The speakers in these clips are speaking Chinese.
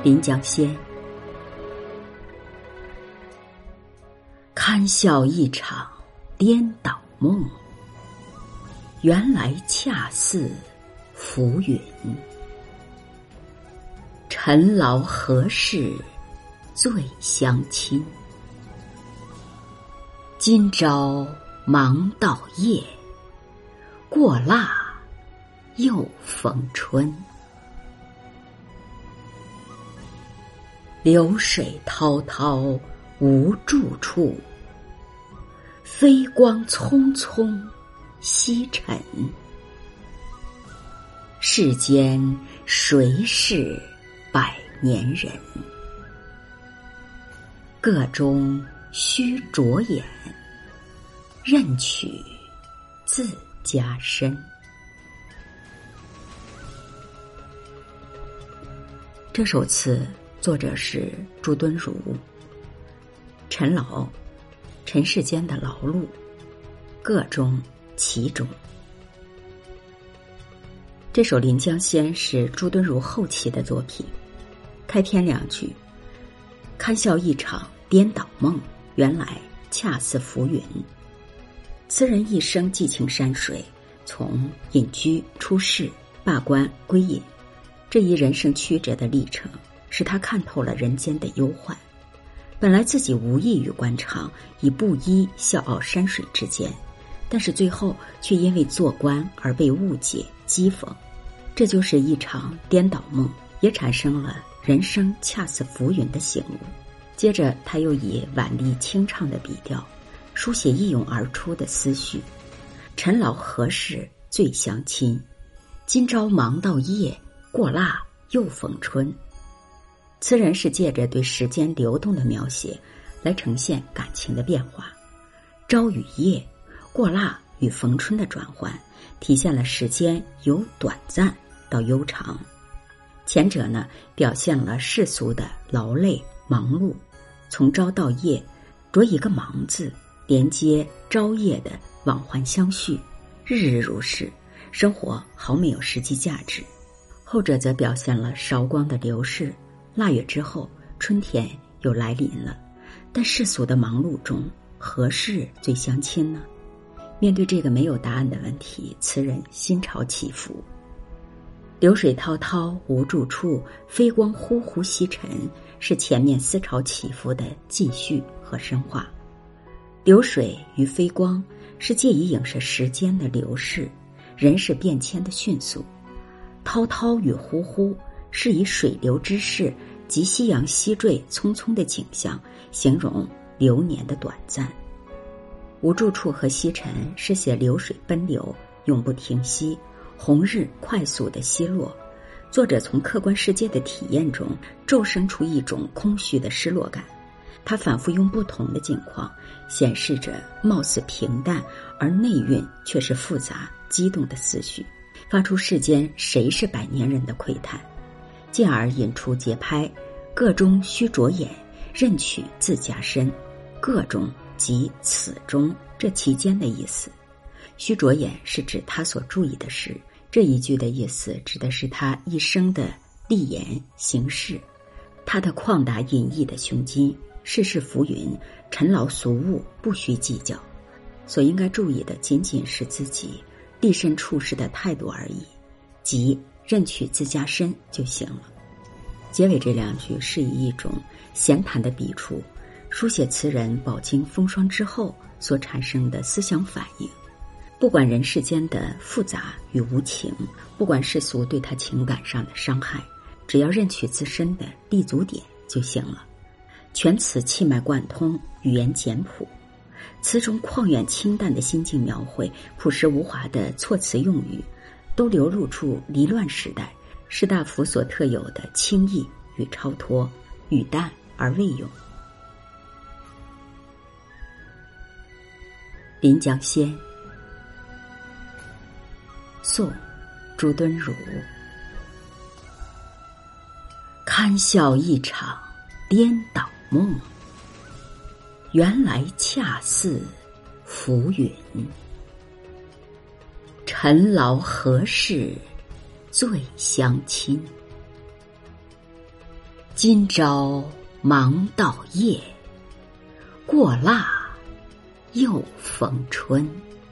临江仙。堪笑一场颠倒梦，原来恰似浮云。尘劳何事最相亲？今朝忙到夜，过腊又逢春。流水滔滔无住处，飞光匆匆西沉。世间谁是百年人？个中须着眼，任取自家身。这首词作者是朱敦儒。尘劳，尘世间的劳碌，个中其中。这首《临江仙》是朱敦儒后期的作品。开篇两句：堪笑一场颠倒梦，原来恰似浮云。词人一生寄情山水，从隐居出世、罢官归隐，这一人生曲折的历程，使他看透了人间的忧患。本来自己无异于官场，以布衣笑傲山水之间，但是最后却因为做官而被误解讥讽，这就是一场颠倒梦，也产生了人生恰似浮云的醒悟。接着他又以婉丽清畅的笔调，书写一涌而出的思绪。尘劳何事最相亲？今朝忙到夜，过腊又逢春。词人是借着对时间流动的描写来呈现感情的变化。朝与夜，过腊与逢春的转换，体现了时间由短暂到悠长。前者呢，表现了世俗的劳累忙碌，从朝到夜，着一个忙字，连接朝夜的往还相续，日日如是，生活毫没有实际价值。后者则表现了韶光的流逝，腊月之后，春天又来临了，但世俗的忙碌中，何事最相亲呢？面对这个没有答案的问题，词人心潮起伏。流水滔滔无住处，飞光忽忽西沉，是前面思潮起伏的继续和深化。流水与飞光是借以影射时间的流逝，人事变迁的迅速。滔滔与忽忽是以水流之势及夕阳西坠匆匆的景象，形容流年的短暂。无住处和西沉是写流水奔流，永不停息，红日快速的西落。作者从客观世界的体验中骤生出一种空虚的失落感，他反复用不同的境况显示着貌似平淡而内蕴却是复杂激动的思绪，发出世间谁是百年人的喟叹，进而引出节拍，个中须着眼，任取自家身。个中即此中这其间的意思。须着眼是指他所注意的事，这一句的意思指的是他一生的立言行事，他的旷达隐逸的胸襟，世事浮云，尘劳俗物不需计较，所应该注意的仅仅是自己立身处世的态度而已，即任取自家身就行了。结尾这两句是以一种闲谈的笔触，书写词人饱经风霜之后所产生的思想反应。不管人世间的复杂与无情，不管世俗对他情感上的伤害，只要认取自身的立足点就行了。全词气脉贯通，语言简朴，词中旷远清淡的心境描绘，朴实无华的措辞用语，都流露出离乱时代士大夫所特有的轻易与超脱，语淡而未用。临江仙，宋，朱敦儒。堪笑一场颠倒梦，原来恰似浮云。尘劳何事最相亲？ 今朝忙到夜，过腊又逢春。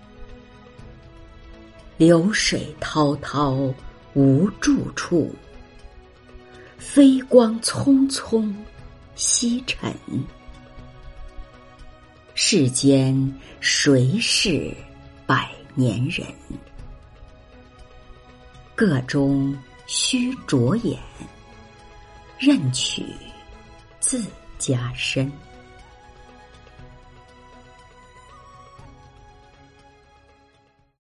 流水滔滔无住处，飞光匆匆西沉。世间谁是百年人？个中须着眼，任取自家身。